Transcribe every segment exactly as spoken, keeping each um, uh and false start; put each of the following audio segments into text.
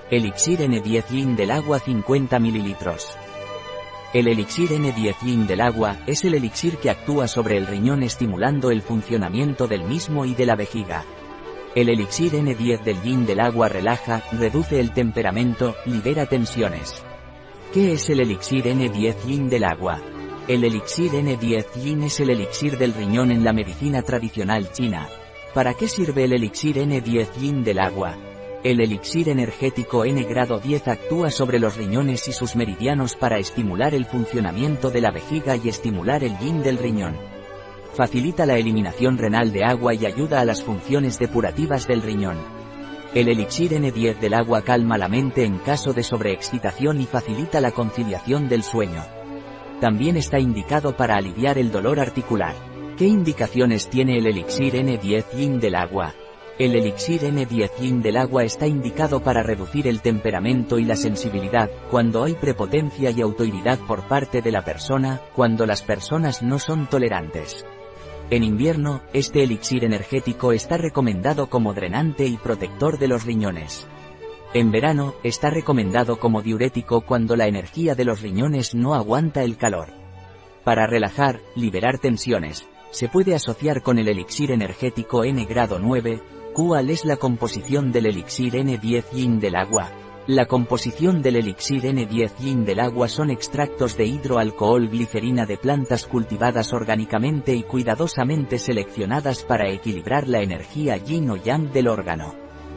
Elixir N diez Yin del agua cincuenta mililitros. El elixir N diez Yin del agua es el elixir que actúa sobre el riñón estimulando el funcionamiento del mismo y de la vejiga. El elixir N diez del Yin del agua relaja, reduce el temperamento, libera tensiones. ¿Qué es el elixir N diez Yin del agua? El elixir N diez Yin es el elixir del riñón en la medicina tradicional china. ¿Para qué sirve el elixir N diez Yin del agua? El elixir energético N grado diez actúa sobre los riñones y sus meridianos para estimular el funcionamiento de la vejiga y estimular el yin del riñón. Facilita la eliminación renal de agua y ayuda a las funciones depurativas del riñón. El elixir N diez del agua calma la mente en caso de sobreexcitación y facilita la conciliación del sueño. También está indicado para aliviar el dolor articular. ¿Qué indicaciones tiene el elixir N diez Yin del agua? El elixir N diez Yin del agua está indicado para reducir el temperamento y la sensibilidad, cuando hay prepotencia y autoridad por parte de la persona, cuando las personas no son tolerantes. En invierno, este elixir energético está recomendado como drenante y protector de los riñones. En verano, está recomendado como diurético cuando la energía de los riñones no aguanta el calor. Para relajar, liberar tensiones, se puede asociar con el elixir energético N grado nueve. ¿Cuál es la composición del elixir N diez Yin del agua? La composición del elixir N diez Yin del agua son extractos de hidroalcohol glicerina de plantas cultivadas orgánicamente y cuidadosamente seleccionadas para equilibrar la energía yin o yang del órgano.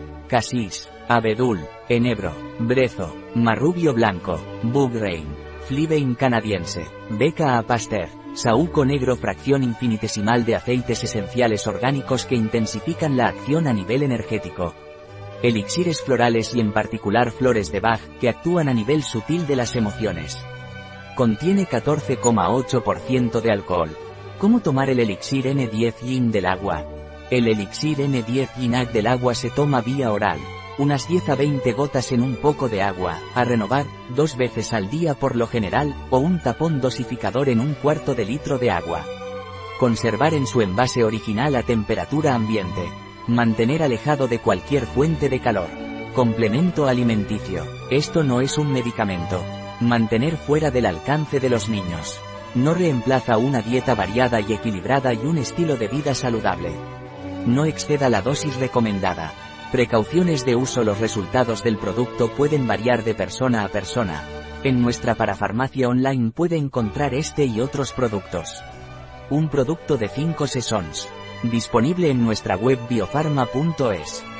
Casis, abedul, enebro, brezo, marrubio blanco, bugrain, flibein canadiense, beca a pasteur. Saúco negro, fracción infinitesimal de aceites esenciales orgánicos que intensifican la acción a nivel energético. Elixires florales y en particular flores de Bach, que actúan a nivel sutil de las emociones. Contiene catorce coma ocho por ciento de alcohol. ¿Cómo tomar el elixir N diez Yin del agua? El elixir N diez Yin del agua se toma vía oral. Unas diez a veinte gotas en un poco de agua, a renovar, dos veces al día por lo general, o un tapón dosificador en un cuarto de litro de agua. Conservar en su envase original a temperatura ambiente. Mantener alejado de cualquier fuente de calor. Complemento alimenticio. Esto no es un medicamento. Mantener fuera del alcance de los niños. No reemplaza una dieta variada y equilibrada y un estilo de vida saludable. No exceda la dosis recomendada. Precauciones de uso. Los resultados del producto pueden variar de persona a persona. En nuestra parafarmacia online puede encontrar este y otros productos. Un producto de cinco Seasons. Disponible en nuestra web biofarma punto es.